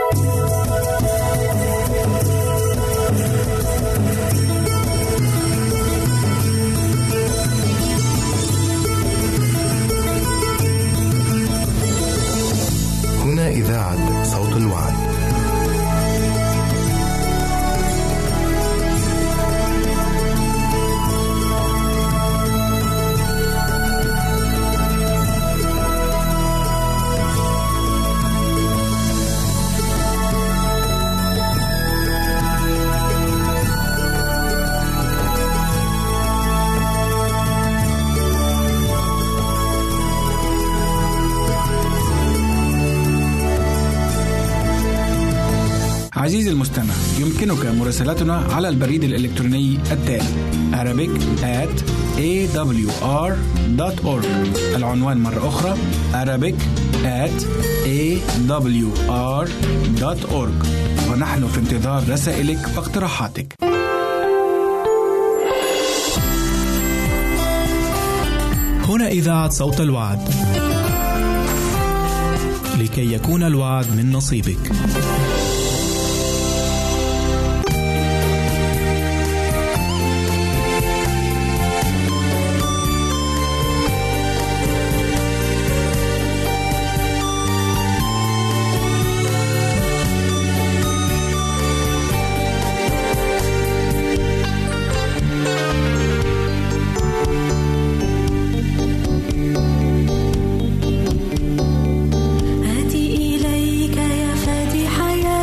هنا إذاعة صوت الوعد. عزيزي المستمع، يمكنك مراسلتنا على البريد الإلكتروني التالي arabic@awr.org. العنوان مرة أخرى arabic@awr.org، ونحن في انتظار رسائلك واقتراحاتك. هنا إذاعة صوت الوعد، لكي يكون الوعد من نصيبك. آتي إليك يا فادي حياتي.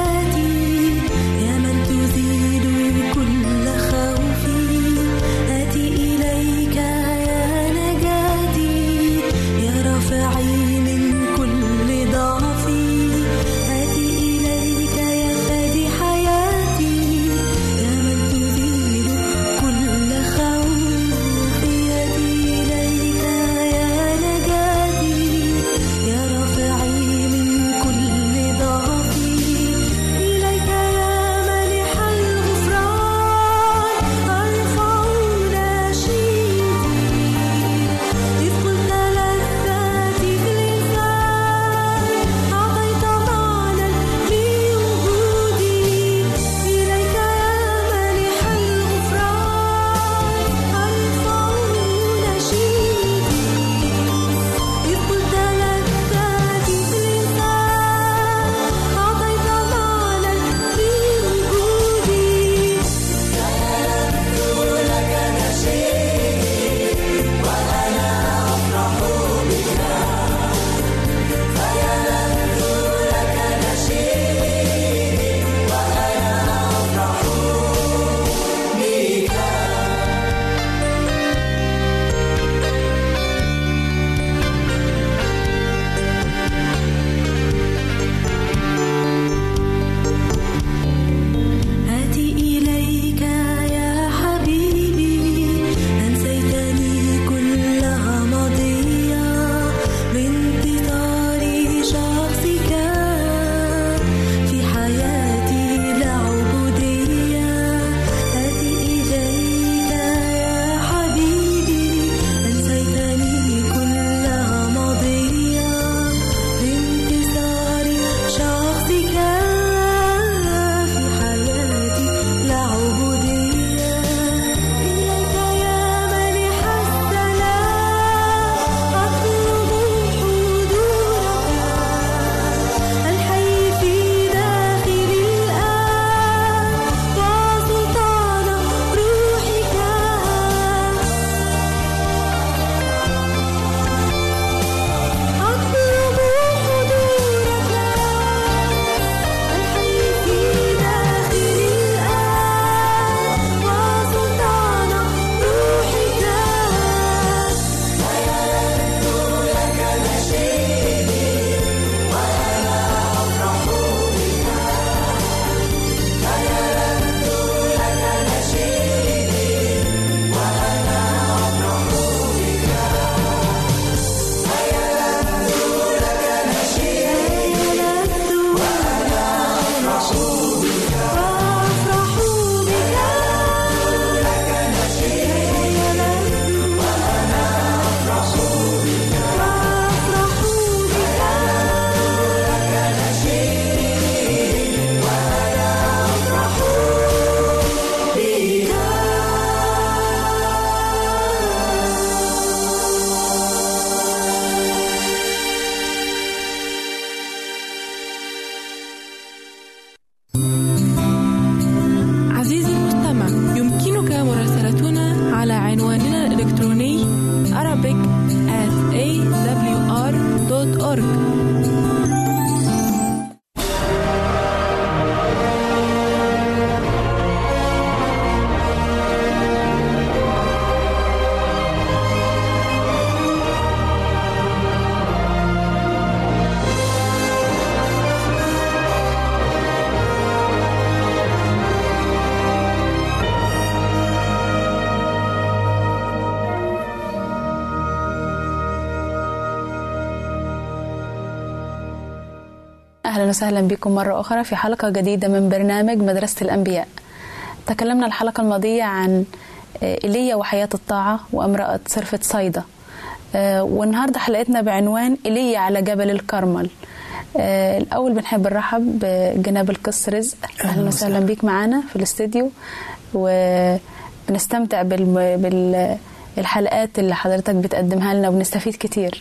أهلا وسهلا بكم مرة أخرى في حلقة جديدة من برنامج مدرسة الأنبياء. تكلمنا الحلقة الماضية عن إيليا وحياة الطاعة وامرأة صرفة صيدا، والنهاردة حلقتنا بعنوان إيليا على جبل الكرمل. الأول بنحب نرحب بجناب القس رزق. أهلا وسهلا بيك معنا في الاستديو، وبنستمتع بالحلقات اللي حضرتك بتقدمها لنا وبنستفيد كتير.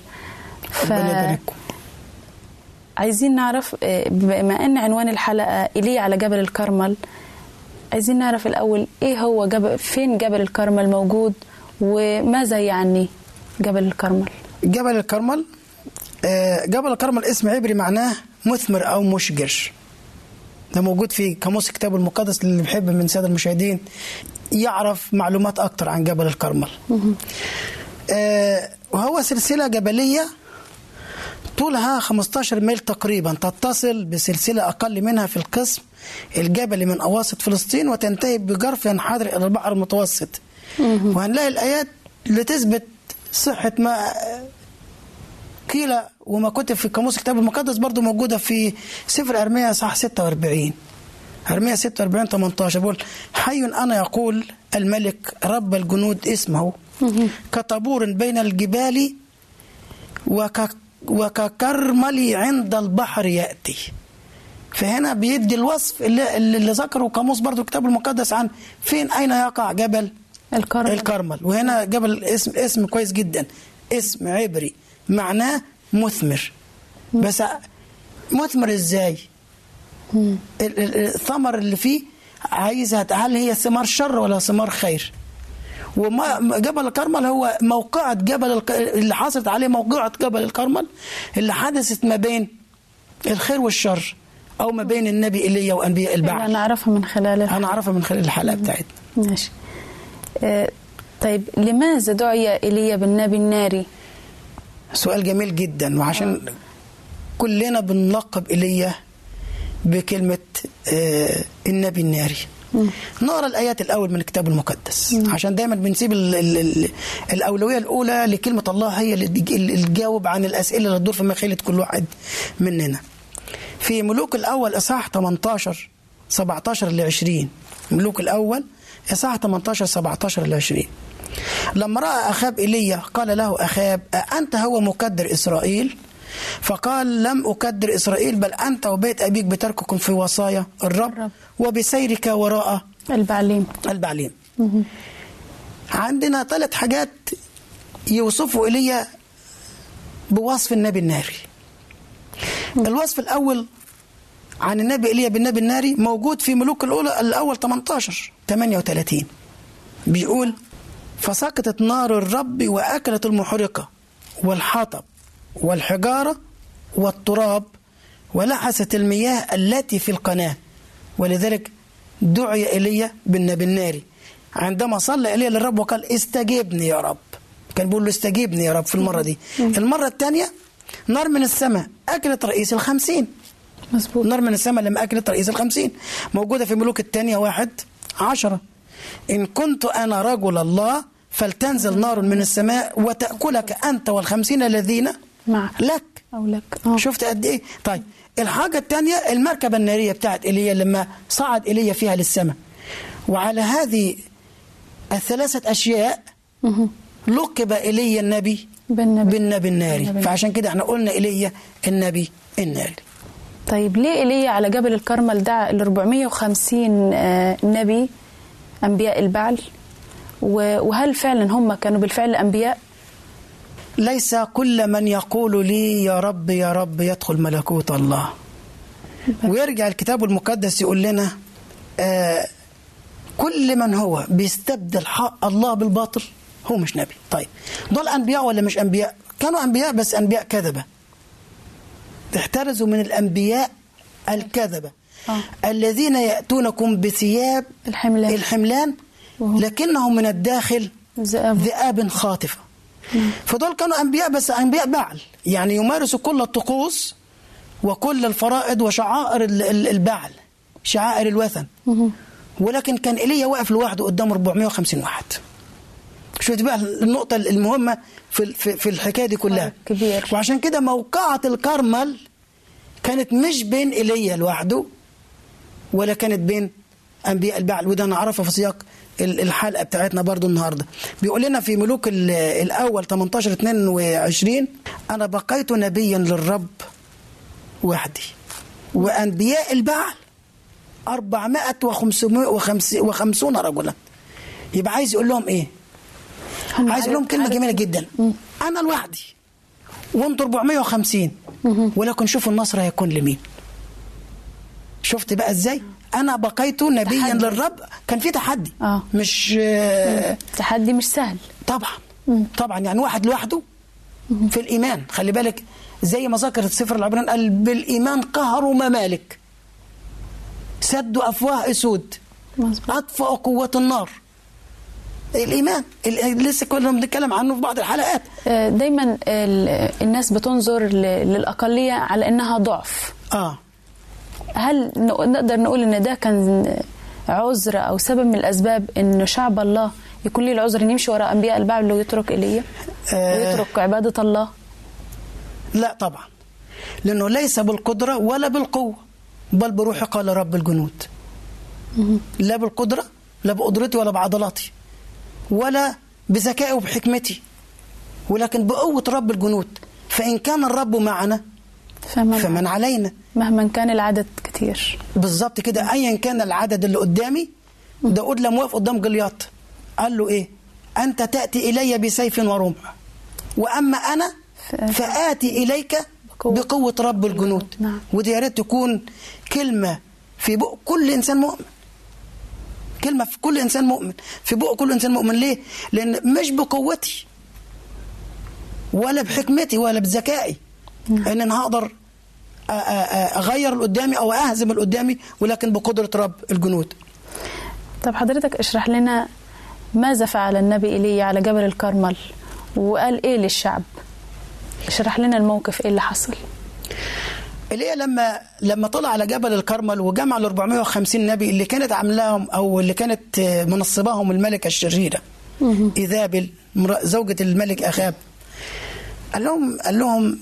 عايزين نعرف، بما أن عنوان الحلقة إيليا على جبل الكرمل، عايزين نعرف الأول إيه هو فين جبل الكرمل موجود، وماذا يعني جبل الكرمل؟ جبل الكرمل، جبل الكرمل اسم عبري معناه مثمر أو مشجر. ده موجود في قاموس الكتاب المقدس اللي بيحب من سادة المشاهدين يعرف معلومات أكتر عن جبل الكرمل. وهو سلسلة جبلية طولها 15 ميل تقريبا، تتصل بسلسلة أقل منها في القسم الجبلي من أواسط فلسطين، وتنتهي بجرف ينحدر إلى البحر المتوسط. وهنلاقي الآيات لتثبت صحة ما قيل وما كتب في قاموس الكتاب المقدس، برضو موجودة في سفر أرميا صح 46، أرميا 46:18 بيقول: حي أنا يقول الملك رب الجنود اسمه، كطابور بين الجبال وككرملي عند البحر يأتي. فهنا بيدي الوصف اللي ذكره قاموس برضو الكتاب المقدس عن أين يقع جبل الكرمل. وهنا جبل اسم كويس جدا، اسم عبري معناه مثمر. بس مثمر ازاي؟ الثمر اللي فيه عايزها، هل هي ثمار شر ولا ثمار خير؟ جبل الكرمل هو موقعة جبل اللي حصلت عليه موقعة جبل الكرمل اللي حدثت ما بين الخير والشر، أو ما بين النبي إيليا وأنبياء البعل. أنا أعرفها من خلال الحلقة بتاعتنا. ماشي. طيب لماذا دعي إيليا بالنبي الناري؟ سؤال جميل جدا، وعشان كلنا بنلقب إيليا بكلمة النبي الناري. نقرأ الآيات الأول من الكتاب المقدس، عشان دايما بنسيب الأولوية الأولى لكلمة الله، هي اللي تجاوب عن الأسئلة اللي تدور في مخيلة كل واحد مننا. في ملوك الأول إصحاح 18 17-20. ملوك الأول إصحاح 18 17-20. لما رأى أخاب إيليا قال له أخاب: أنت هو مكدر إسرائيل؟ فقال: لم أكدر إسرائيل، بل أنت وبيت أبيك بترككم في وصايا الرب وبسيرك وراء البعليم. عندنا 3 حاجات يوصفوا إيليا بوصف النبي الناري. الوصف الأول عن النبي إيليا بالنبي الناري موجود في ملوك الأول 18-38. بيقول: فسقطت نار الرب وأكلت المحرقة والحطب والحجارة والتراب ولحست المياه التي في القناة، ولذلك دعي إيليا بالنبي الناري. عندما صلى إيليا للرب وقال: استجبني يا رب، كان بيقول له استجبني يا رب في المرة دي. المرة الثانية نار من السماء أكلت رئيس 50. مظبوط. نار من السماء لما أكلت رئيس 50 موجودة في ملوك الثانية 1:10. إن كنت أنا رجل الله فلتنزل نار من السماء وتأكلك أنت وال50 الذين لك أو لك. شفت قد إيه؟ طيب الحاجة الثانية المركبة النارية بتاعت إيليا لما صعد إيليا فيها للسماء. وعلى هذه ال3 أشياء لقب إيليا النبي بالنبي الناري. فعشان كده احنا قلنا إيليا النبي الناري. طيب ليه إيليا على جبل الكرمل دعا ال 450 نبي أنبياء البعل؟ وهل فعلا هم كانوا بالفعل أنبياء؟ ليس كل من يقول لي يا رب يا رب يدخل ملكوت الله. ويرجع الكتاب المقدس يقول لنا كل من هو بيستبدل حق الله بالباطل هو مش نبي. طيب دول أنبياء ولا مش أنبياء؟ كانوا أنبياء، بس أنبياء كذبة. احترزوا من الأنبياء الكذبة الذين يأتونكم بثياب الحملان لكنهم من الداخل ذئاب خاطفة. فدول كانوا أنبياء، بس أنبياء بعل، يعني يمارسوا كل الطقوس وكل الفرائض وشعائر البعل، شعائر الوثن. ولكن كان إيليا واقف لوحده قدام 450 واحد. شوفت بقى النقطة المهمة في الحكاية دي كلها كبير. وعشان كده موقعة الكرمل كانت مش بين إيليا لوحده، ولا كانت بين أنبياء البعل، وده نعرفه في سياق الحلقة بتاعتنا برضو النهاردة. بيقول لنا في ملوك الأول 18-22: أنا بقيت نبيا للرب وحدي، وأنبياء البعل 450 رجلا. يبقى عايز يقول لهم إيه؟ عايز يقول لهم كلمة جميلة جدا: أنا لوحدي وانتوا 450، ولكن شوفوا النصر هيكون لمين. شفت بقى ازاي؟ انا بقيت نبيا تحدي. للرب. كان في تحدي. مش تحدي مش سهل طبعا يعني واحد لوحده في الايمان. خلي بالك زي ما ذكرت سفر العبرانيين قال: بالايمان قهروا ممالك، سدوا افواه اسود، اطفأوا قوة النار. الايمان لسه كنا بنتكلم عنه في بعض الحلقات. دايما الناس بتنظر للاقلية على انها ضعف. هل نقدر نقول ان ده كان عذر او سبب من الاسباب ان شعب الله يكون له العذر ان يمشي وراء انبياء البعل ويترك ايليا ويترك عبادة الله؟ لا طبعا، لانه ليس بالقدرة ولا بالقوة، بل بروحي قال رب الجنود. لا بالقدرة، لا بقدرتي ولا بعضلاتي ولا بذكائي وبحكمتي، ولكن بقوة رب الجنود. فإن كان الرب معنا فمن علينا، مهما كان العدد كتير. بالظبط كده. أيا كان العدد اللي قدامي. داود لما وقف قدام جلياط قال له إيه؟ أنت تأتي إلي بسيف ورمح، وأما أنا فآتي إليك بقوة رب الجنود. ودي يا ريت تكون كلمة في بق كل إنسان مؤمن، كلمة في كل إنسان مؤمن، في بق كل إنسان مؤمن. ليه؟ لأن مش بقوتي ولا بحكمتي ولا بذكائي ان انا هقدر اغير اللي قدامي او اهزم اللي قدامي، ولكن بقدرة رب الجنود. طب حضرتك اشرح لنا ماذا فعل النبي ايليا على جبل الكرمل، وقال ايه للشعب؟ اشرح لنا الموقف، ايه اللي حصل؟ ايليا لما طلع على جبل الكرمل وجمع ال 450 نبي اللي كانت عاملاهم او اللي كانت منصباهم الملكة الشريرة إيزابل زوجة الملك أخاب، قال لهم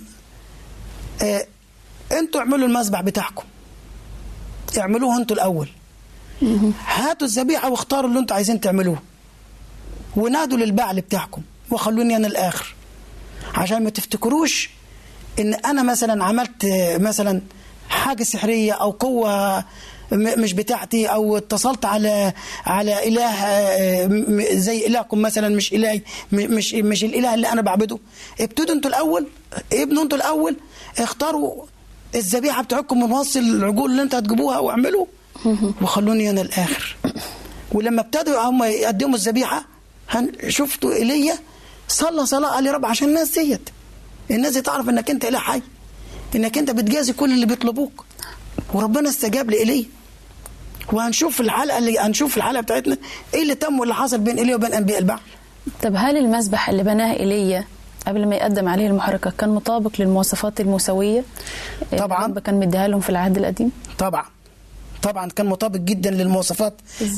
انتوا اعملوا المذبح بتاعكم، اعملوه انتوا الاول، هاتوا الذبيحه واختاروا اللي انتوا عايزين تعملوه، ونادوا للبعل بتاعكم وخلوني انا الاخر، عشان ما تفتكروش ان انا مثلا عملت مثلا حاجه سحريه او قوه مش بتاعتي، او اتصلت على اله زي الهكم مثلا، مش الهي، مش الاله اللي انا بعبده. ابتدوا انتوا الاول، ابنوا انتوا الاول، اختاروا الذبيحه بتاعتكم من وسط العجول اللي انتوا هتجيبوها واعملوا، وخلوني انا الاخر. ولما ابتدوا هم يقدموا الذبيحه شفتوا ايليا صلى صلاه قال: يا رب عشان الناس دي تعرف انك انت اله حي، انك انت بتجازي كل اللي بيطلبوك. وربنا استجاب لإيليا. وهنشوف في الحلقة بتاعتنا ايه اللي تم واللي حصل بين ايليا وبين انبياء البعل. طب هل المذبح اللي بناه ايليا قبل ما يقدم عليه المحرقة كان مطابق للمواصفات الموسوية طبعا اللي كان مديها لهم في العهد القديم؟ طبعا كان مطابق جدا للمواصفات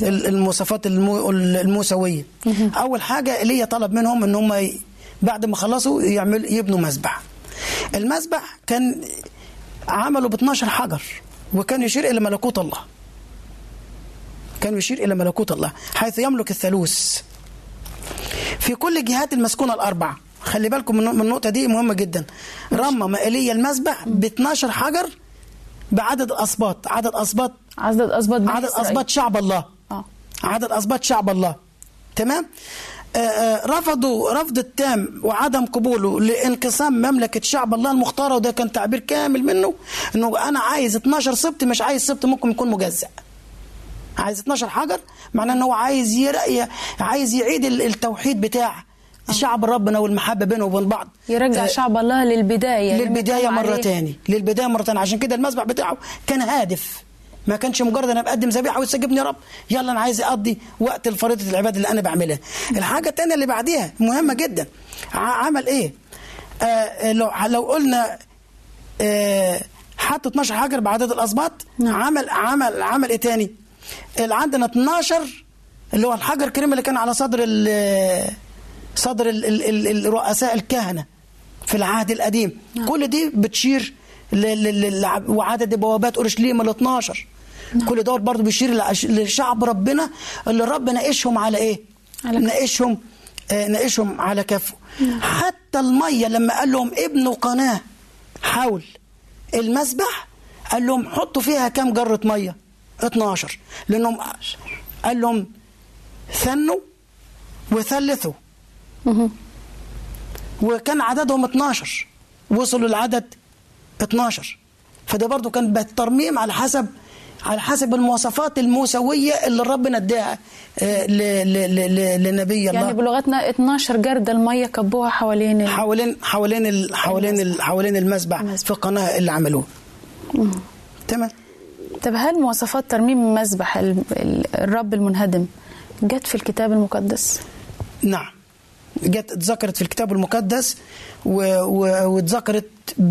الموسوية. اول حاجة ايليا طلب منهم ان هم بعد ما خلصوا يبنوا مذبح. المذبح كان عملوا ب12 حجر، وكان يشير إلى ملكوت الله، كان يشير إلى ملكوت الله حيث يملك الثالوث في كل جهات المسكونة الأربعة. خلي بالكم من النقطة دي مهمة جدا. رمم إيليا المذبح ب12 حجر بعدد الأسباط، عدد أسباط شعب الله، عدد أسباط شعب الله. تمام. رفضوا رفض التام وعدم قبوله لانقسام مملكة شعب الله المختارة، وده كان تعبير كامل منه انه انا عايز 12 سبط، مش عايز سبط ممكن يكون مجزأ، عايز 12 حجر، معناه انه هو عايز يعيد التوحيد بتاع شعب ربنا والمحبة بينه وبين بعض، يرجع شعب الله للبداية مرة تاني، عشان كده المذبح بتاعه كان هادف، ما كانش مجرد انا بقدم ذبيحه وتستجبني يا رب، يلا انا عايز اقضي وقت الفريضه العباده اللي انا بعملها. الحاجه الثانيه اللي بعديها مهمه جدا، عمل ايه؟ لو قلنا حط 12 حجر بعدد الاسباط. عمل ايه تاني؟ عندنا 12 اللي هو الحجر الكريم اللي كان على صدر الرؤساء الكهنه في العهد القديم. كل دي بتشير وعدد بوابات اورشليم ال 12. كل دول برضو بيشير لشعب ربنا اللي رب ناقشهم على ايه؟ ناقشهم على كفه. حتى الميه لما قال لهم ابنوا قناه حول المذبح، قال لهم حطوا فيها كام جره ميه؟ 12. لانهم قال لهم ثنوا وثلثوا، وكان عددهم 12 وصلوا للعدد 12. فده برضو كان بالترميم على حسب المواصفات الموسوية اللي ربنا اداها لنبي الله. يعني بلغتنا 12 جردة المية كبوها حوالين المذبح في القناة اللي عملوه. تمام. طب هل مواصفات ترميم مذبح الرب المنهدم جت في الكتاب المقدس؟ نعم، اتذكرت في الكتاب المقدس، واتذكرت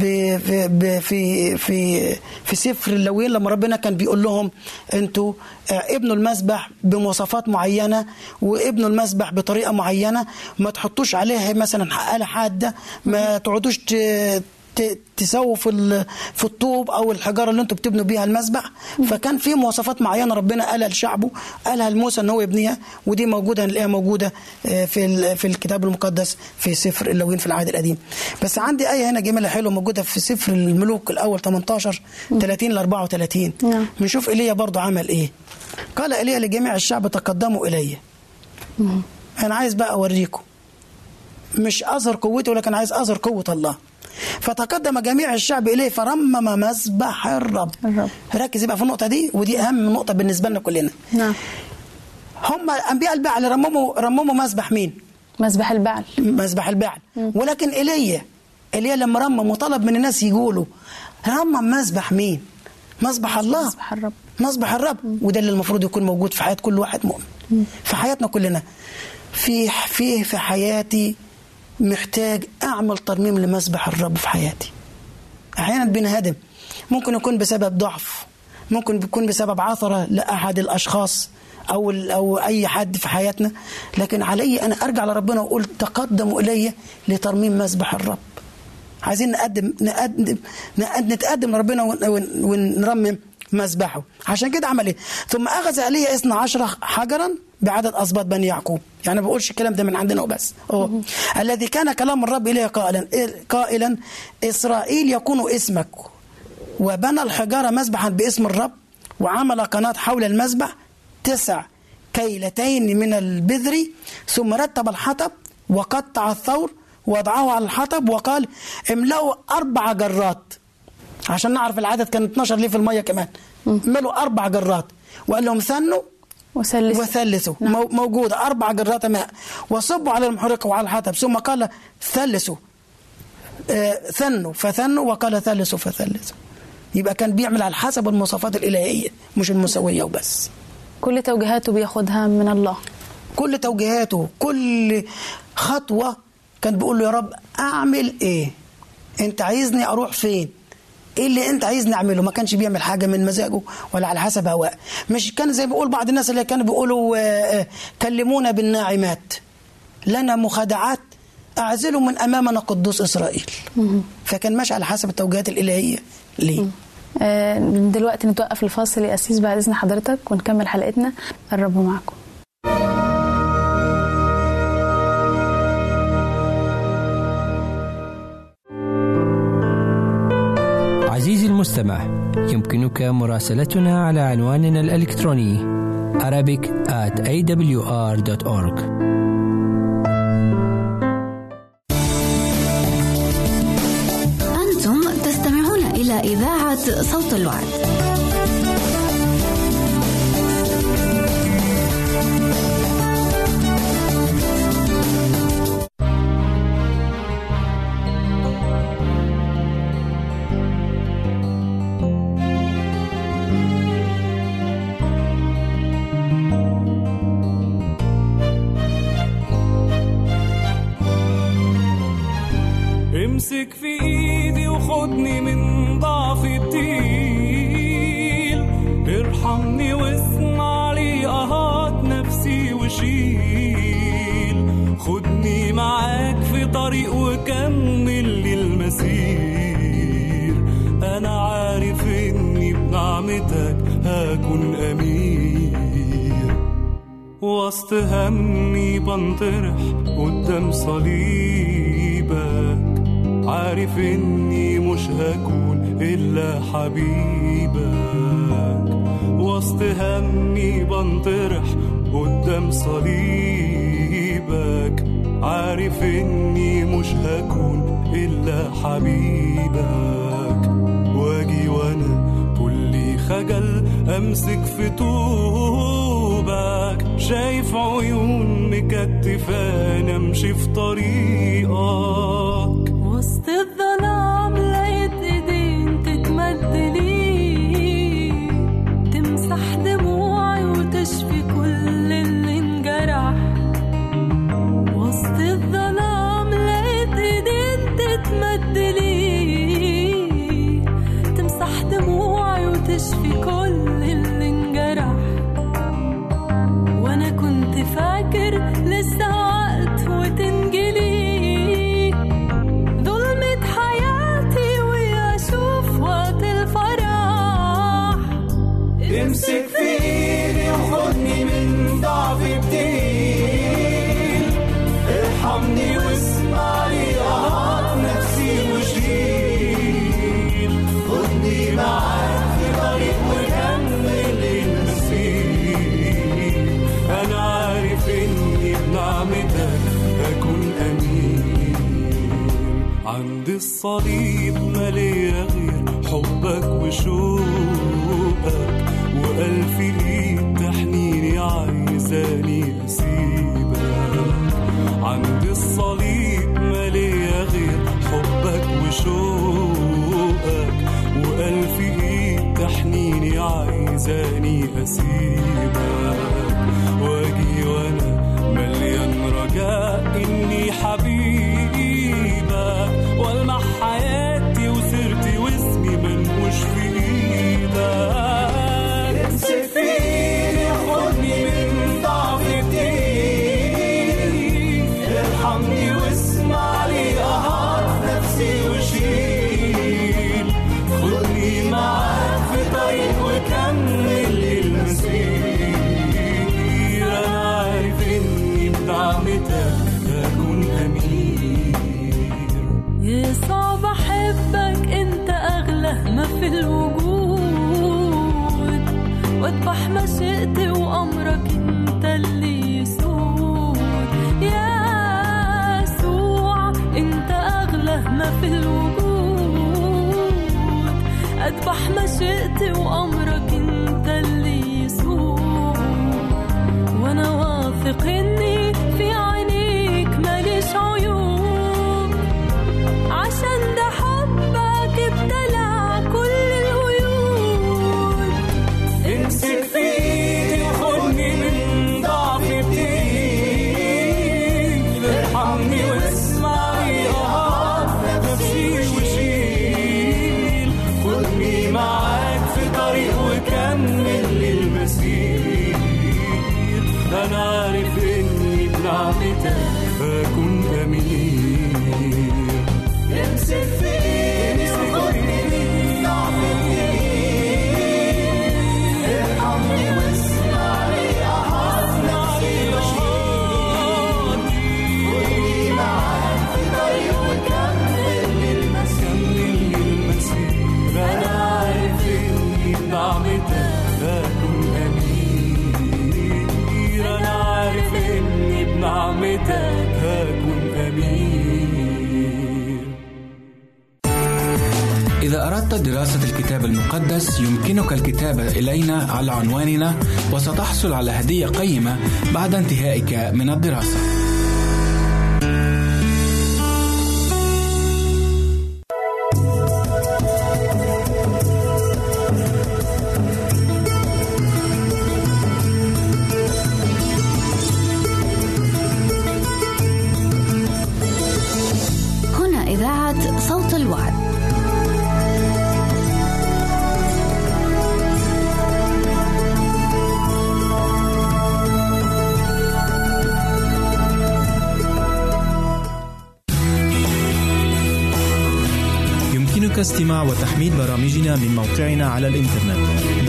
في سفر اللاويين لما ربنا كان بيقول لهم انتوا ابنوا المذبح بمواصفات معينه، وابنوا المذبح بطريقه معينه، ما تحطوش عليها مثلا آلة حاده، ما تقعدوش تسووا في الطوب او الحجاره اللي انتوا بتبنوا بيها المذبح. فكان في مواصفات معينه ربنا قالها لشعبه، قالها لموسى ان هو يبنيها، ودي موجوده، هنلاقيها موجوده في الكتاب المقدس في سفر اللاويين في العهد القديم. بس عندي ايه هنا جميله حلوه موجوده في سفر الملوك الاول 18 30 ل 34. بنشوف ايليا برضو عمل ايه. قال ايليا لجميع الشعب تقدموا الي. انا عايز بقى اوريكم، مش اظهر قوتي ولكن عايز اظهر قوه الله. فتقدم جميع الشعب إليه فرمم مذبح الرب. ركز بقى في النقطة دي، ودي أهم نقطة بالنسبة لنا كلنا. نعم. هم أنبياء البعل رمموا مذبح مين؟ مذبح البعل. ولكن إيليا لما رمم وطلب من الناس يقولوا رمم مذبح مين؟ مذبح الله، مذبح الرب. وده اللي المفروض يكون موجود في حياة كل واحد مؤمن، في حياتنا كلنا. في حياتي محتاج أعمل ترميم لمذبح الرب في حياتي. أحيانا بنهدم، ممكن يكون بسبب ضعف، ممكن يكون بسبب عثرة لأحد الأشخاص أو أي حد في حياتنا، لكن علي أنا أرجع لربنا وأقول تقدموا إلي لترميم مذبح الرب. عايزين نتقدم لربنا ونرمم مذبحه. عشان كده عمل إيه؟ ثم أخذ إيليا 12 حجرا بعدد أسباط بني يعقوب. يعني ما بقولش الكلام ده من عندنا وبس. الذي كان كلام الرب إليه قائلا إسرائيل يكون اسمك، وبنى الحجارة مذبحا باسم الرب، وعمل قناة حول المذبح 9 كيلتين من البذر، ثم رتب الحطب وقطع الثور ووضعه على الحطب، وقال املأوا 4 جرات. عشان نعرف العدد كان 12 ليه في المية كمان. املأوا 4 جرات، وقال لهم ثنوا وثلثوا. نعم. موجودة 4 جرات ماء، وصبوا على المحرقة وعلى الحطب، ثم قال ثلثوا. ثنوا فثنوا، وقال ثلثوا فثلثوا. يبقى كان بيعمل على حسب المواصفات الإلهية مش المسوية وبس. كل توجيهاته بياخدها من الله، كل توجيهاته، كل خطوة كان بيقول له يا رب أعمل إيه؟ أنت عايزني أروح فين؟ ايه اللي انت عايزني اعمله؟ ما كانش بيعمل حاجه من مزاجه ولا على حسب هواه. مش كان زي ما بيقول بعض الناس اللي كانوا بيقولوا كلمونا بالناعمات، لنا مخادعات، اعزلوا من امامنا قدوس اسرائيل. فكان ماشي على حسب التوجيهات الالهيه ليه. دلوقتي نتوقف الفاصل يا أسيس بعد اذن حضرتك ونكمل حلقتنا. الرب معكم. عزيزي المستمع، يمكنك مراسلتنا على عنواننا الإلكتروني arabic@awr.org. أنتم تستمعون إلى إذاعة صوت الوعد. امسك في ايدي وخدني من ضعفي التقيل، ارحمني واسمع لي اهات نفسي وشيل، خدني معاك في طريق وكمل لي المسير، انا عارف اني بنعمتك هكون امير، وسط همي بنطرح قدام صليبك، عارف اني مش هكون الا حبيبك، وسط همي بنطرح قدام صليبك، عارف اني مش هكون الا حبيبك، واجي وانا كلي خجل امسك في طوبك، شايف عيون مكتفاني امشي في طريقك، وسط الظلام لقيت ايدين تتمد لي، تمسح دموعي وتشفي كل اللي انجرح، وسط الظلام لقيت ايدين تتمد لي، تمسح دموعي وتشفي كل اللي انجرح، وانا كنت فاكر لسه وقت وتنجلي ظلمة حياتي واشوف وقت الفرح، امسك في ايدي وخدني من ضعفي بتقيل، ارحمني واسمع لي اهات نفسي وشيل، خدني معاك في طريق وكمل المسير، انا عارف اني بنعمتك هكون امين، عند الصليب مالية غير حبك وشوقك، وألف ايد تحنيني عايزاني اسيبك، عند الصليب مالية غير حبك وشوقك، وألف ايد تحنيني عايزاني اسيبك، واجي وانا مليان رجاء اني حبيبك، والمع حياتي وسيرتي واسمي منقوش في ايدك، امسك في ايدي وخدني من ضعفي بتقيل، ارحمني واسمع لي اهات نفسي وشيل، خدني معاك في طريق وكمل لي المسير، انا عارف اني بدعمتك هكون امير، يسوع بحبك انت اغلى ما في الوجود، واذبح مشيئتي وامرك انت اللي يسود، يسوع انت اغلى ما في الوجود، اذبح مشيئتي وامرك انت اللي يسود، وانا واثق اني في عينيك ماليش عيوب، عشان ده حبك ابتلع كل القيود، امسك في ايدي وخدني من ضعفي بتقيل، ارحمني واسمع لي اهات نفسي وشيل، خدني معاك في طريق وكمل لي المسير، انا عارف اني بنعمتك هكون امير، امسك في ايدي وخدني من ضعفي بتقيل، ارحمني واسمع لي اهات نفسي وشيل، خدني معاك في طريق وكمل لي المسير، انا عارف اني بنعمتك هكون امير، انا عارف اني بنعمتك هكون امير. إذا أردت دراسة الكتاب المقدس يمكنك الكتابة إلينا على عنواننا، وستحصل على هدية قيمة بعد انتهائك من الدراسة. هنا إذاعة صوت استماع وتحميل برامجنا من موقعنا على الإنترنت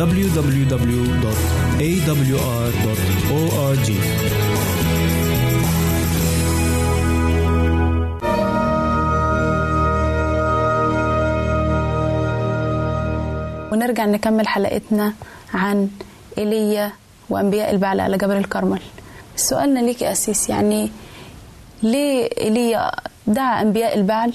www.awr.org. ونرجع نكمل حلقتنا عن إيليا وأنبياء البعل على جبل الكرمل. سؤالنا ليك يا أسيس، يعني ليه إيليا دعا أنبياء البعل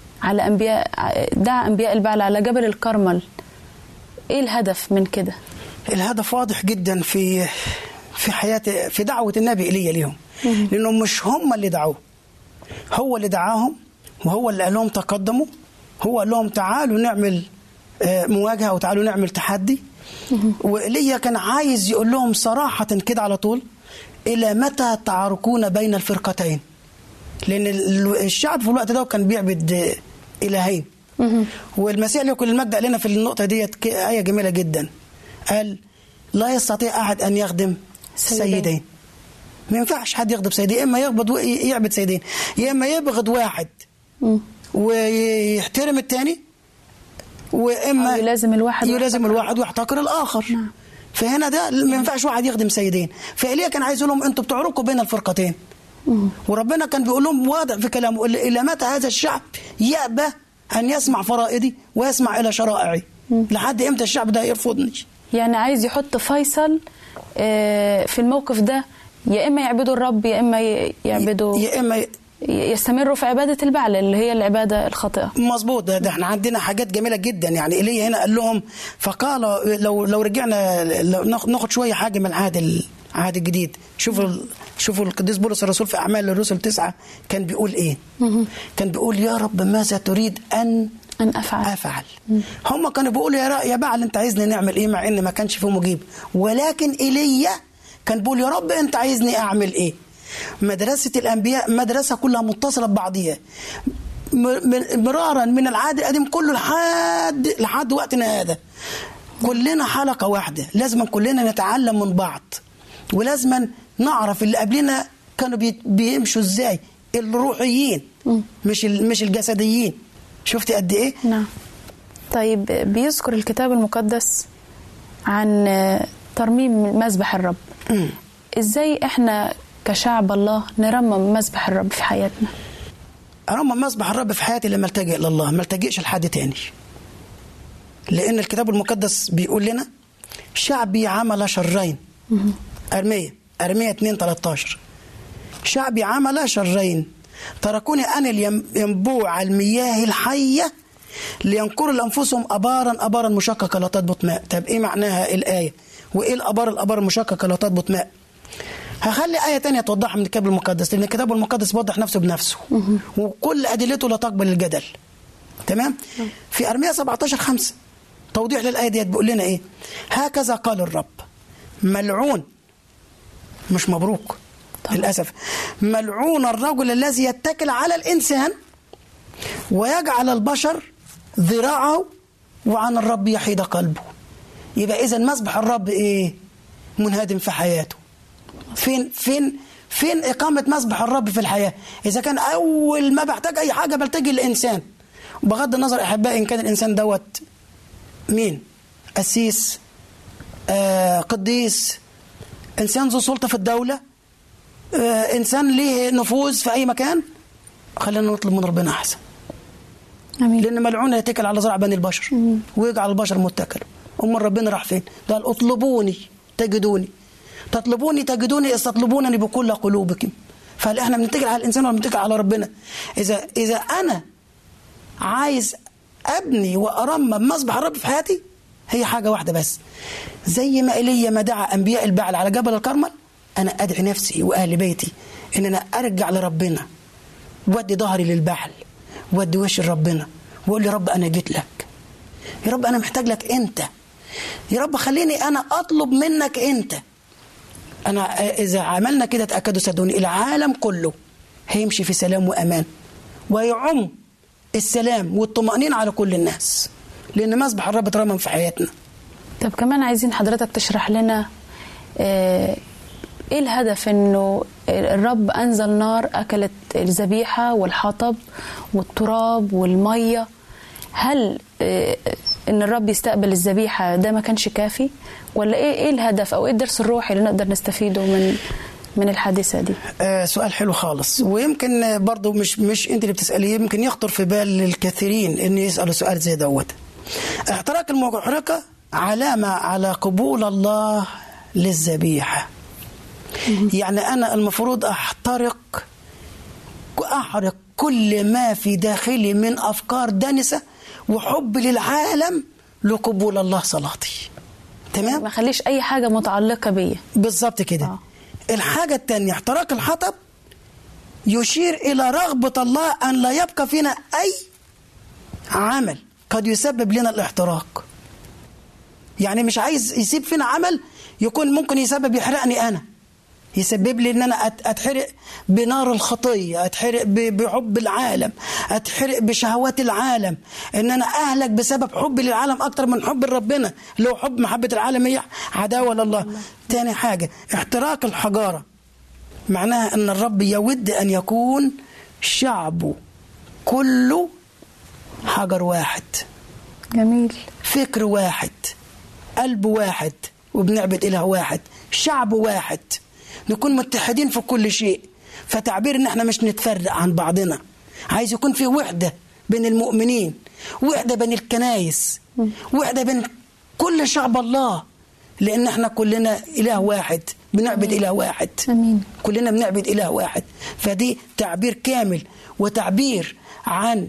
على جبل الكرمل؟ إيه الهدف من كده؟ الهدف واضح جدا في حياة في دعوة النبي إيليا ليهم، لأنه مش هم اللي دعوه، هو اللي دعاهم، وهو اللي قال لهم تقدموا، هو قال لهم تعالوا نعمل مواجهة وتعالوا نعمل تحدي. وإيليا كان عايز يقول لهم صراحة كده على طول: إلى متى تعاركون بين الفرقتين؟ لأن الشعب في الوقت ده كان بيعبد إلهين. والمسيح له كل المجد قال لنا في النقطة ديت آية جميلة جدا، قال: لا يستطيع أحد أن يخدم سيدين. ما ينفعش حد يغضب سيدين، إما يعبد سيدين، يا إما يبغض واحد ويحترم التاني، وإما يلازم الواحد ويحتقر الآخر. فهنا ده ما ينفعش واحد يخدم سيدين. فإيليا كان عايز يقول لهم أنتوا بتعرقوا بين الفرقتين. وربنا كان بيقول لهم واضح في كلامه: إلى متى هذا الشعب يأبى أن يسمع فرائضي ويسمع إلى شرائعي؟ لحد إمتى الشعب ده يرفضني؟ يعني عايز يحط فيصل في الموقف ده، يا إما يعبدوا الرب يا إما يستمروا في عبادة البعل اللي هي العبادة الخاطئة. مظبوط. ده احنا عندنا حاجات جميلة جدا. يعني إيليا هنا قال لهم، فقال لو رجعنا ناخد شوية حاجة من العهد الجديد. شوفوا القديس بولس الرسول في أعمال الرسل 9 كان بيقول إيه؟ كان بيقول: يا رب ماذا تريد أن أفعل. هم كانوا بيقولوا يا بعل أنت عايزني نعمل إيه، مع إن ما كانش فيه مجيب. ولكن إيليا كان بيقول: يا رب أنت عايزني أعمل إيه؟ مدرسة الأنبياء مدرسة كلها متصلة ببعضيها مرارا من العهد القديم كله لحد وقتنا هذا. كلنا حلقة واحدة، لازم كلنا نتعلم من بعض، ولازم نعرف اللي قبلنا كانوا بيمشوا ازاي، الروحيين مش الجسديين. شفتي قد ايه؟ نعم. طيب، بيذكر الكتاب المقدس عن ترميم مذبح الرب. ازاي احنا كشعب الله نرمم مذبح الرب في حياتنا؟ أرمم مذبح الرب في حياتي لما التجئ لله، ما التجئش لحد تاني. لأن الكتاب المقدس بيقول لنا: شعبي عمل شرين. أرمية 2:13. شعبي عمل شرين، تركوني أنا ينبوع المياه الحية لينقروا لأنفسهم أبارا مشققة لا تضبط ماء. طب إيه معناها الآية؟ وإيه الأبار المشققة لا تضبط ماء؟ هخلي آية تانية توضحها من الكتاب المقدس، لأن الكتاب المقدس بيوضح نفسه بنفسه، وكل أدلته لا تقبل الجدل. تمام؟ في أرمية 17:5 توضيح للآية ديت بيقول لنا إيه؟ هكذا قال الرب: ملعون، مش مبروك للأسف، ملعون الرجل الذي يتكل على الإنسان ويجعل البشر ذراعه وعن الرب يحيد قلبه. يبقى إذا مذبح الرب إيه؟ منهدم في حياته. فين إقامة مذبح الرب في الحياة؟ إذا كان أول ما بحتاج أي حاجة بلتجي للإنسان، بغض النظر أحبائي إن كان الإنسان دوت مين؟ قسيس، قديس، إنسان ذو سلطة في الدولة، إنسان ليه نفوذ في أي مكان، خلينا نطلب من ربنا أحسن. أمين. لأن ملعون يتكل على زرع بني البشر ويجعل البشر متكل. ربنا راح فين؟ قال: اطلبوني تجدوني، تطلبوني تجدوني، استطلبونني بكل قلوبكم. فهل احنا بنتكل على الإنسان ولا بنتكل على ربنا؟ إذا أنا عايز أبني وأرمم مذبح الرب في حياتي، هي حاجة واحدة بس. زي ما إيليا ما دعا أنبياء البعل على جبل الكرمل، أنا أدعي نفسي وأهل بيتي إن أنا أرجع لربنا، وأدي ظهري للبعل، وأدي وشي لربنا، وأقول لي: رب أنا جيت لك، يا رب أنا محتاج لك أنت، يا رب خليني أنا أطلب منك أنت. أنا إذا عملنا كده تأكدوا صدقوني العالم كله هيمشي في سلام وأمان، ويعم السلام والطمأنينة على كل الناس، لأن مذبح الرب اترمم في حياتنا. طب كمان عايزين حضرتك تشرح لنا إيه الهدف إنه الرب أنزل نار أكلت الذبيحة والحطب والتراب والمية. هل ان الرب يستقبل الذبيحه ده ما كانش كافي، ولا ايه الهدف او ايه الدرس الروحي اللي نقدر نستفيده من الحادثه دي؟ سؤال حلو خالص، ويمكن برضو مش انت اللي بتساليه، يمكن يخطر في بال الكثيرين ان يسالوا سؤال زي دوت. احتراق المحرقه علامه على قبول الله للذبيحه. يعني انا المفروض احرق كل ما في داخلي من افكار دنسه وحب للعالم لقبول الله صلاتي. تمام، ما خليش اي حاجه متعلقه بيا. بالظبط كده. الحاجه الثانيه، احتراق الحطب يشير الى رغبه الله ان لا يبقى فينا اي عمل قد يسبب لنا الاحتراق. يعني مش عايز يسيب فينا عمل يكون ممكن يسبب يحرقني انا، يسبب لي ان انا اتحرق بنار الخطيه، اتحرق بحب العالم، اتحرق بشهوات العالم، ان انا اهلك بسبب حبي للعالم اكتر من حب ربنا، لو حب محبه العالم هي عداوه لله. تاني حاجه، احتراق الحجاره معناها ان الرب يود ان يكون شعبه كله حجر واحد. جميل. فكر واحد، قلب واحد، وبنعبد اله واحد، شعب واحد، نكون متحدين في كل شيء. فتعبير ان احنا مش نتفرق عن بعضنا، عايز يكون في وحدة بين المؤمنين، وحدة بين الكنايس، وحدة بين كل شعب الله، لان احنا كلنا اله واحد، بنعبد اله واحد. أمين. كلنا بنعبد اله واحد. فدي تعبير كامل، وتعبير عن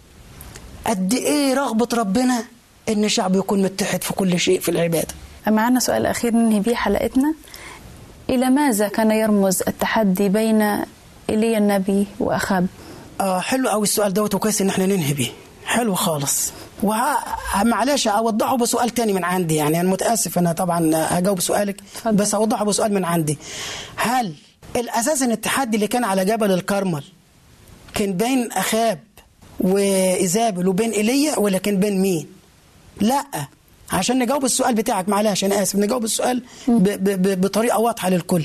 قد ايه رغبة ربنا ان شعبه يكون متحد في كل شيء في العبادة. معنا سؤال اخير ننهي بيه حلقتنا. إلى ماذا كان يرمز التحدي بين إيليا النبي وأخاب؟ حلو قوي السؤال دوت، وكويس ان احنا ننهي بيه. حلو خالص. معلش اوضحه بسؤال تاني من عندي. يعني انا متاسف، انا طبعا هجاوب سؤالك بس اوضحه بسؤال من عندي. هل الاساس ان التحدي اللي كان على جبل الكرمل كان بين اخاب وايزابل وبين ايليا، ولا كان بين مين؟ لا، عشان نجاوب السؤال بتاعك، معلش انا اسف، نجاوب السؤال بطريقه واضحه للكل.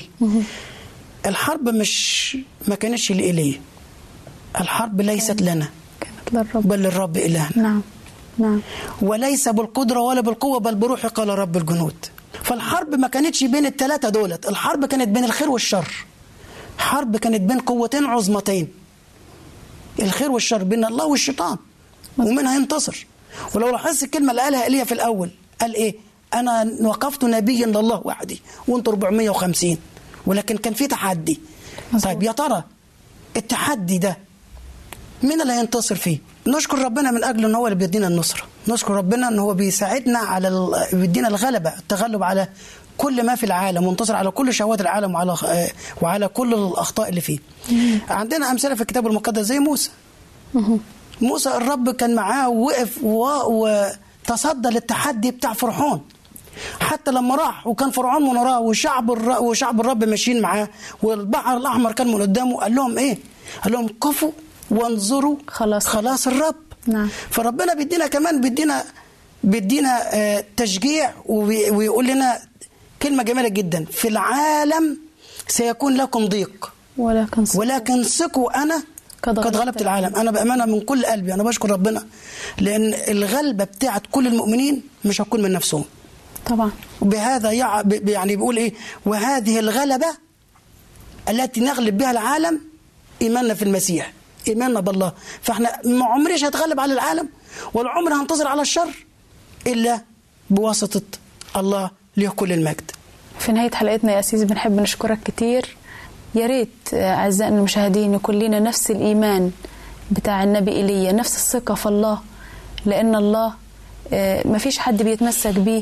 الحرب ما كانتش لإيليا، الحرب ليست لنا، كانت للرب، بل للرب إلهنا. نعم. وليس بالقدرة ولا بالقوة بل بروحي قال رب الجنود. فالحرب ما كانتش بين الثلاثة دولت، الحرب كانت بين الخير والشر. حرب كانت بين قوتين عظمتين، الخير والشر، بين الله والشيطان، ومنها ينتصر. ولو لاحظت الكلمة اللي قالها إيليا في الأول، قال إيه؟ أنا وقفت نبيا لله وحدي وأنتوا 450، ولكن كان في تحدي. طيب يا ترى التحدي ده مين اللي هينتصر فيه؟ نشكر ربنا من أجل أن هو اللي بيدينا النصرة، نشكر ربنا أن هو بيساعدنا على بيدينا الغلبة، التغلب على كل ما في العالم، وانتصر على كل شهوات العالم وعلى كل الأخطاء اللي فيه. عندنا أمثلة في الكتاب المقدس زي موسى. موسى الرب كان معاه ووقف وتصدى للتحدي بتاع فرعون، حتى لما راح وكان فرعون من وراه وشعب الرب ماشيين معاه والبحر الأحمر كان من قدامه، قال لهم إيه؟ قال لهم قفوا وانظروا خلاص الرب. نعم. فربنا بيدينا كمان بيدينا تشجيع، ويقول لنا كلمة جميلة جدا: في العالم سيكون لكم ضيق ولكن ثقوا أنا قد غلبت العالم. أنا بأمانة من كل قلبي أنا بشكر ربنا، لأن الغلبة بتاعت كل المؤمنين مش هتكون من نفسهم طبعا. وبهذا يعني بيقول إيه؟ وهذه الغلبة التي نغلب بها العالم إيماننا في المسيح، إيماننا بالله. فإحنا ما عمريش هتغلب على العالم ولا عمري هنتصر على الشر إلا بواسطة الله له كل المجد. في نهاية حلقتنا يا أسيس بنحب نشكرك كتير. يا ريت أعزائنا المشاهدين يكون لنا نفس الإيمان بتاع النبي إيليا، نفس الثقة في الله، لأن الله ما فيش حد بيتمسك بيه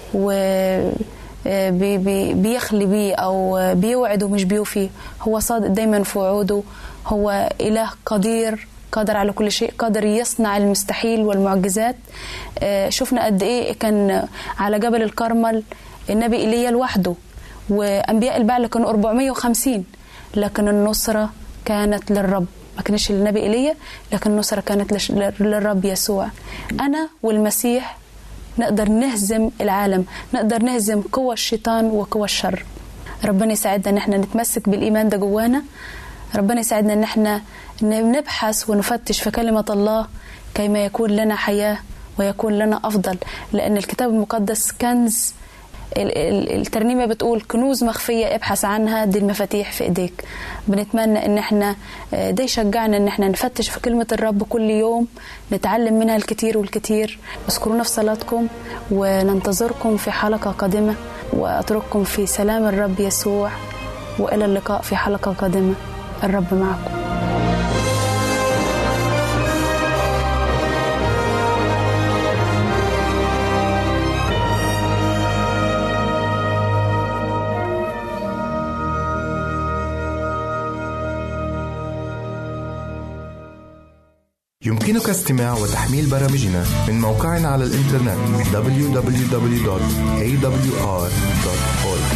وبيخلي بيه أو بيوعد ومش بيوفي. هو صادق دايما في وعوده، هو إله قادر على كل شيء، قادر يصنع المستحيل والمعجزات. شفنا قد إيه كان على جبل الكرمل النبي إيليا لوحده، وأنبياء البعل كانوا 450، لكن النصرة كانت للرب، ما كانش للنبي إيليا، لكن النصرة كانت للرب يسوع. أنا والمسيح نقدر نهزم العالم، نقدر نهزم قوى الشيطان وقوى الشر. ربنا يساعدنا ان احنا نتمسك بالإيمان ده جوانا، ربنا يساعدنا ان احنا نبحث ونفتش في كلمة الله كيما يكون لنا حياة ويكون لنا أفضل، لأن الكتاب المقدس كنز. الترنيمة بتقول كنوز مخفية ابحث عنها، دي المفاتيح في ايديك. بنتمنى ان احنا ده يشجعنا ان احنا نفتش في كلمة الرب كل يوم، نتعلم منها الكثير والكثير. اذكرونا في صلاتكم وننتظركم في حلقة قادمة، واترككم في سلام الرب يسوع، والى اللقاء في حلقة قادمة. الرب معكم. يمكنك استماع وتحميل برامجنا من موقعنا على الإنترنت www.awr.org.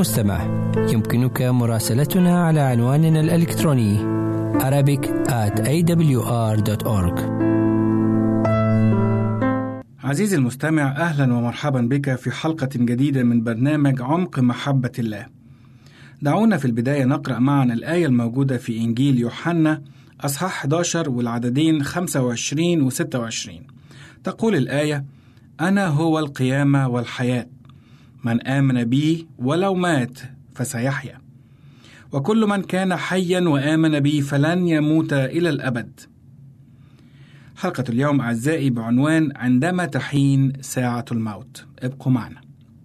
المستمع، يمكنك مراسلتنا على عنواننا الإلكتروني arabic@awr.org. عزيزي المستمع، أهلا ومرحبا بك في حلقة جديدة من برنامج عمق محبة الله. دعونا في البداية نقرأ معا الآية الموجودة في إنجيل يوحنا أصحاح 11 والعددين 25 و 26. تقول الآية: أنا هو القيامة والحياة، من آمن بي ولو مات فسيحيا، وكل من كان حيا وآمن بي فلن يموت إلى الأبد. حلقة اليوم أعزائي بعنوان عندما تحين ساعة الموت. ابقوا معنا.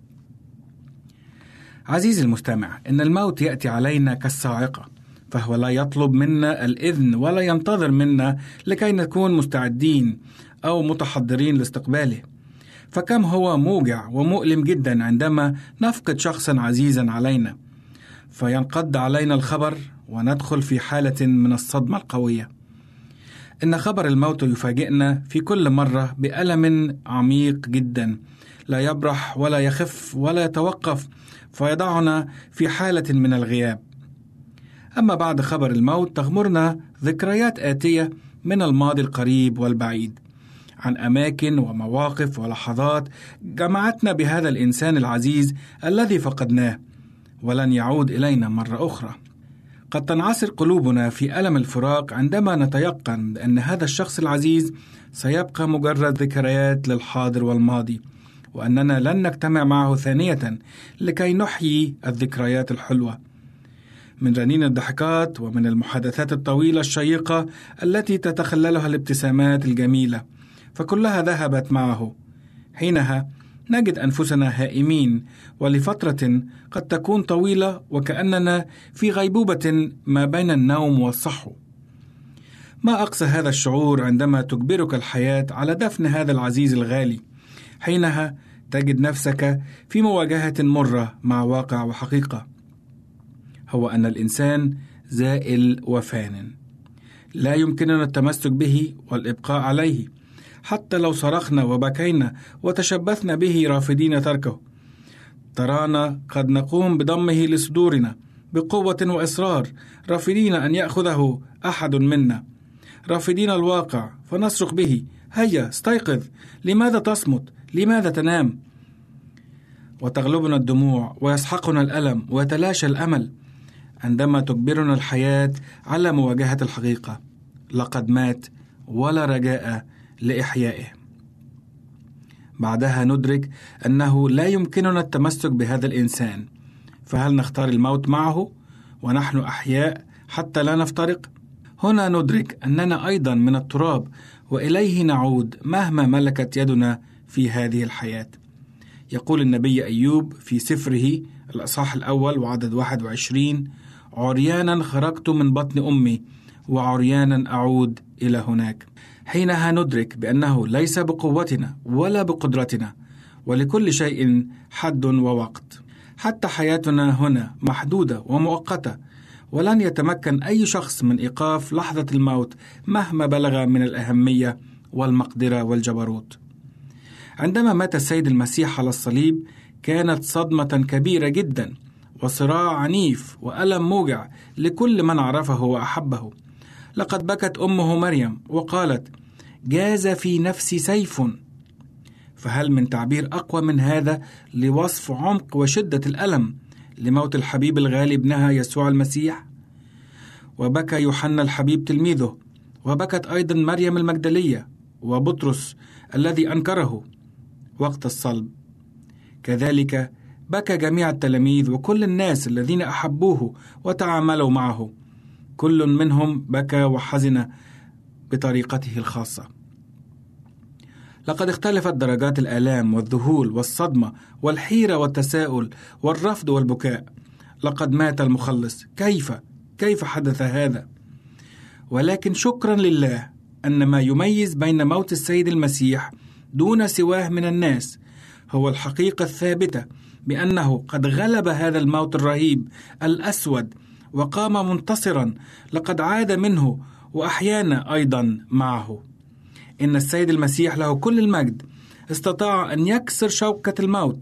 عزيزي المستمع، إن الموت يأتي علينا كالصاعقة، فهو لا يطلب منا الإذن ولا ينتظر منا لكي نكون مستعدين أو متحضرين لاستقباله. فكم هو موجع ومؤلم جدا عندما نفقد شخصا عزيزا علينا، فينقض علينا الخبر وندخل في حالة من الصدمة القوية. إن خبر الموت يفاجئنا في كل مرة بألم عميق جدا لا يبرح ولا يخف ولا يتوقف، فيضعنا في حالة من الغياب. أما بعد خبر الموت تغمرنا ذكريات آتية من الماضي القريب والبعيد، عن أماكن ومواقف ولحظات جمعتنا بهذا الإنسان العزيز الذي فقدناه ولن يعود إلينا مرة أخرى. قد تنعسر قلوبنا في ألم الفراق عندما نتيقن أن هذا الشخص العزيز سيبقى مجرد ذكريات للحاضر والماضي، وأننا لن نجتمع معه ثانية لكي نحيي الذكريات الحلوة. من رنين الضحكات ومن المحادثات الطويلة الشيقة التي تتخللها الابتسامات الجميلة، فكلها ذهبت معه. حينها نجد أنفسنا هائمين ولفترة قد تكون طويلة، وكأننا في غيبوبة ما بين النوم والصحو. ما أقسى هذا الشعور عندما تجبرك الحياة على دفن هذا العزيز الغالي. حينها تجد نفسك في مواجهة مرة مع واقع وحقيقة، هو أن الإنسان زائل وفان، لا يمكننا التمسك به والإبقاء عليه، حتى لو صرخنا وبكينا وتشبثنا به رافضين تركه. ترانا قد نقوم بضمه لصدورنا بقوة وإصرار، رافضين أن يأخذه أحد منا، رافضين الواقع، فنصرخ به: هيا استيقظ، لماذا تصمت؟ لماذا تنام؟ وتغلبنا الدموع ويسحقنا الألم ويتلاشى الأمل عندما تجبرنا الحياة على مواجهة الحقيقة: لقد مات ولا رجاء لإحيائه. بعدها ندرك أنه لا يمكننا التمسك بهذا الإنسان، فهل نختار الموت معه ونحن أحياء حتى لا نفترق؟ هنا ندرك أننا أيضا من التراب وإليه نعود مهما ملكت يدنا في هذه الحياة. يقول النبي أيوب في سفره الأصحاح الأول وعدد 21: عريانا خرجت من بطن أمي وعريانا أعود إلى هناك. حينها ندرك بأنه ليس بقوتنا ولا بقدرتنا، ولكل شيء حد ووقت. حتى حياتنا هنا محدودة ومؤقتة، ولن يتمكن أي شخص من إيقاف لحظة الموت مهما بلغ من الأهمية والمقدرة والجبروت. عندما مات السيد المسيح على الصليب كانت صدمة كبيرة جدا، وصراع عنيف وألم موجع لكل من عرفه وأحبه. لقد بكت أمه مريم وقالت: جاز في نفسي سيف. فهل من تعبير أقوى من هذا لوصف عمق وشدة الألم لموت الحبيب الغالي ابنها يسوع المسيح؟ وبكى يوحنا الحبيب تلميذه، وبكت أيضا مريم المجدلية وبطرس الذي أنكره وقت الصلب. كذلك بكى جميع التلاميذ وكل الناس الذين أحبوه وتعاملوا معه، كل منهم بكى وحزن بطريقته الخاصة. لقد اختلفت درجات الآلام والذهول والصدمة والحيرة والتساؤل والرفض والبكاء. لقد مات المخلص، كيف حدث هذا؟ ولكن شكرا لله أن ما يميز بين موت السيد المسيح دون سواه من الناس هو الحقيقة الثابتة بأنه قد غلب هذا الموت الرهيب الأسود وقام منتصرا. لقد عاد منه وأحيانا أيضا معه. إن السيد المسيح له كل المجد استطاع أن يكسر شوكة الموت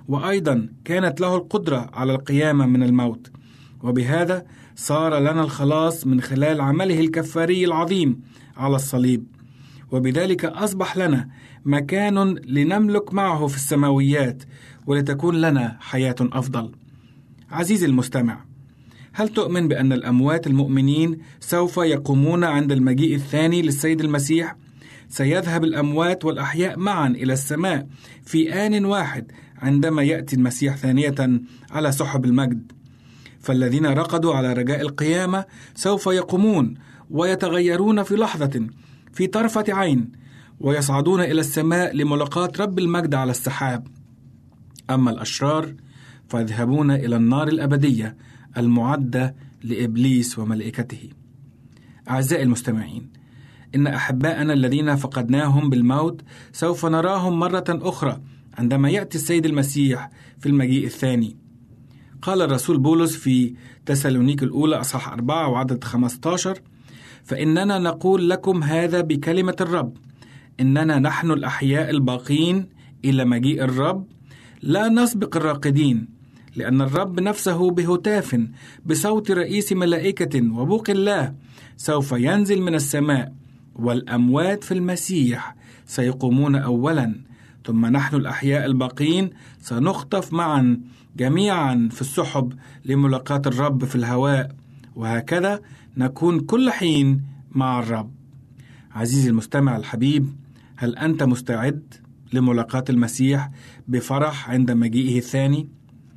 وأيضا كانت له القدرة على القيامة من الموت، وبهذا صار لنا الخلاص من خلال عمله الكفاري العظيم على الصليب، وبذلك أصبح لنا مكان لنملك معه في السماويات ولتكون لنا حياة أفضل. عزيزي المستمع، هل تؤمن بأن الأموات المؤمنين سوف يقومون عند المجيء الثاني للسيد المسيح؟ سيذهب الأموات والأحياء معا إلى السماء في آن واحد عندما يأتي المسيح ثانية على سحب المجد. فالذين رقدوا على رجاء القيامة سوف يقومون ويتغيرون في لحظة، في طرفة عين، ويصعدون إلى السماء لملاقاة رب المجد على السحاب. أما الأشرار فيذهبون إلى النار الأبدية المعدة لإبليس وملائكته. أعزائي المستمعين، إن أحباءنا الذين فقدناهم بالموت سوف نراهم مرة أخرى عندما يأتي السيد المسيح في المجيء الثاني. قال الرسول بولس في تسالونيك الأولى أصحاح 4 وعدد 15: فإننا نقول لكم هذا بكلمة الرب، إننا نحن الأحياء الباقين إلى مجيء الرب لا نسبق الراقدين، لأن الرب نفسه بهتاف بصوت رئيس ملائكة وبوق الله سوف ينزل من السماء، والأموات في المسيح سيقومون أولا، ثم نحن الأحياء الباقين سنخطف معا جميعا في السحب لملاقاة الرب في الهواء، وهكذا نكون كل حين مع الرب. عزيزي المستمع الحبيب، هل أنت مستعد لملاقاة المسيح بفرح عند مجيئه الثاني؟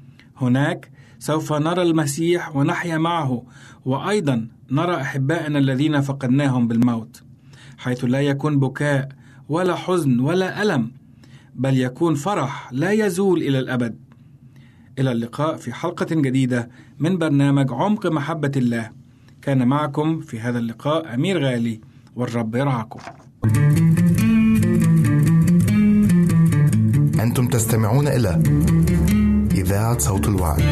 هناك سوف نرى المسيح ونحيا معه، وأيضا نرى أحبائنا الذين فقدناهم بالموت، حيث لا يكون بكاء ولا حزن ولا ألم، بل يكون فرح لا يزول إلى الأبد. إلى اللقاء في حلقة جديدة من برنامج عمق محبة الله. كان معكم في هذا اللقاء أمير غالي، والرب يرعاكم. أنتم تستمعون إلى إذاعة صوت الوعد.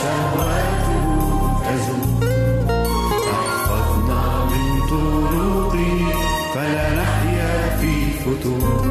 وشهواته تزول. احفظنا من طرقه فلا نحيا في فتور.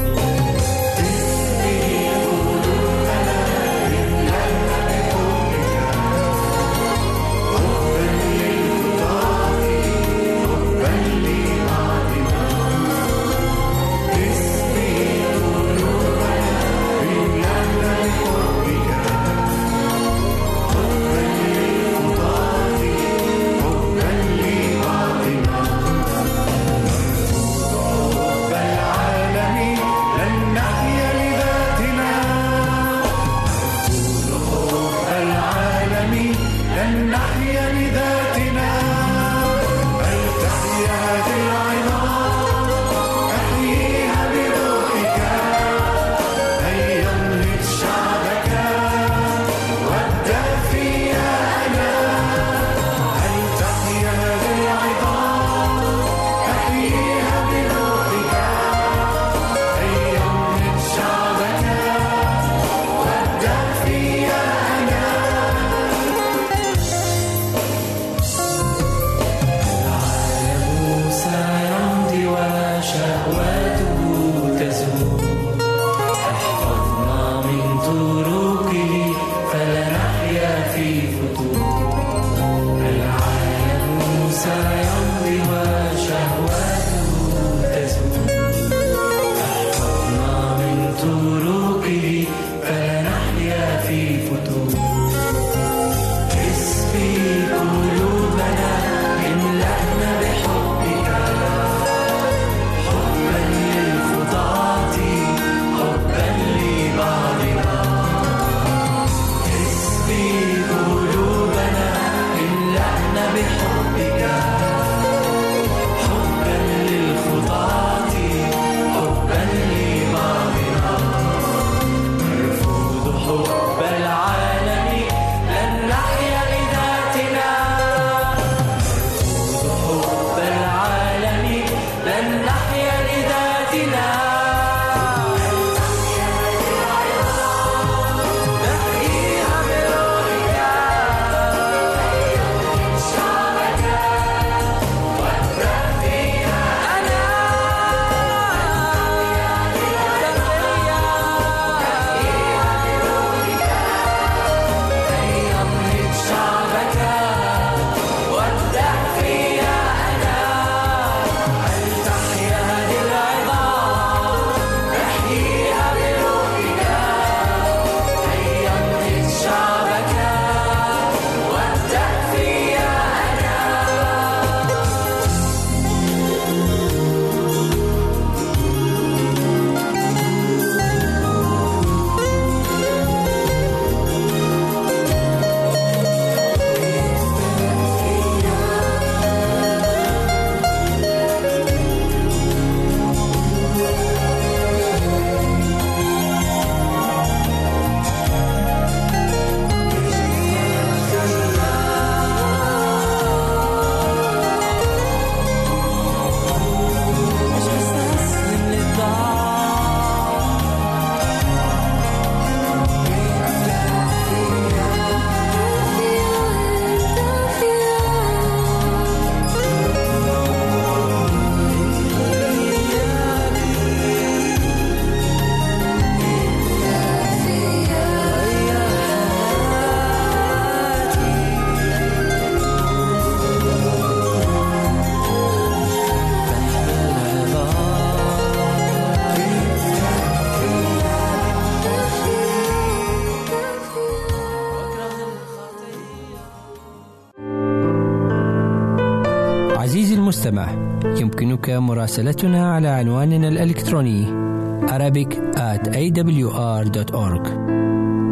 المستمع، يمكنك مراسلتنا على عنواننا الإلكتروني arabic@awr.org.